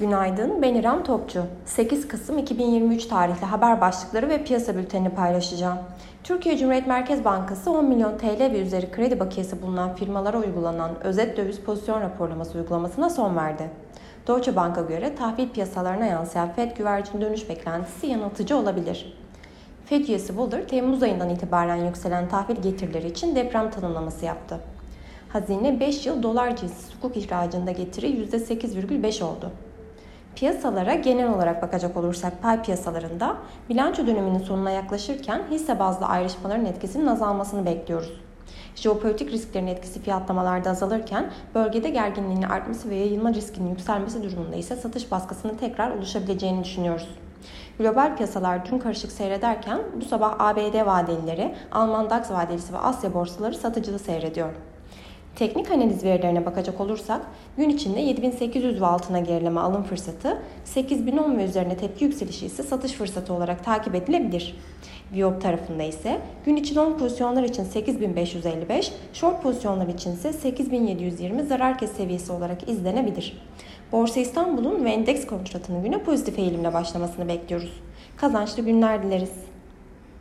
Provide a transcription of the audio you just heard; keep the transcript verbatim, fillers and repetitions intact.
Günaydın, ben İrem Topçu. sekiz Kasım iki bin yirmi üç tarihli haber başlıkları ve piyasa bültenini paylaşacağım. Türkiye Cumhuriyet Merkez Bankası on milyon T L ve üzeri kredi bakiyesi bulunan firmalara uygulanan özet döviz pozisyon raporlaması uygulamasına son verdi. Deutsche Bank'a göre tahvil piyasalarına yansıyan Fed güvercin dönüş beklentisi yanıltıcı olabilir. Fed üyesi Waller, Temmuz ayından itibaren yükselen tahvil getirileri için deprem tanımlaması yaptı. Hazine beş yıl dolar cinsi sukuk ihracında getiri yüzde sekiz virgül beş oldu. Piyasalara genel olarak bakacak olursak pay piyasalarında bilanço döneminin sonuna yaklaşırken hisse bazlı ayrışmaların etkisinin azalmasını bekliyoruz. Jeopolitik risklerin etkisi fiyatlamalarda azalırken bölgede gerginliğin artması ve yayılma riskinin yükselmesi durumunda ise satış baskısının tekrar oluşabileceğini düşünüyoruz. Global piyasalar dün karışık seyrederken bu sabah A B D vadelileri, Alman DAX vadelisi ve Asya borsaları satıcılı seyrediyor. Teknik analiz verilerine bakacak olursak gün içinde yedi bin sekiz yüz ve altına gerileme alım fırsatı, sekiz bin on ve üzerine tepki yükselişi ise satış fırsatı olarak takip edilebilir. Viyop tarafında ise gün içi long pozisyonlar için sekiz bin beş yüz elli beş, short pozisyonlar için ise sekiz bin yedi yüz yirmi zarar kes seviyesi olarak izlenebilir. Borsa İstanbul'un ve endeks kontratının güne pozitif eğilimle başlamasını bekliyoruz. Kazançlı günler dileriz.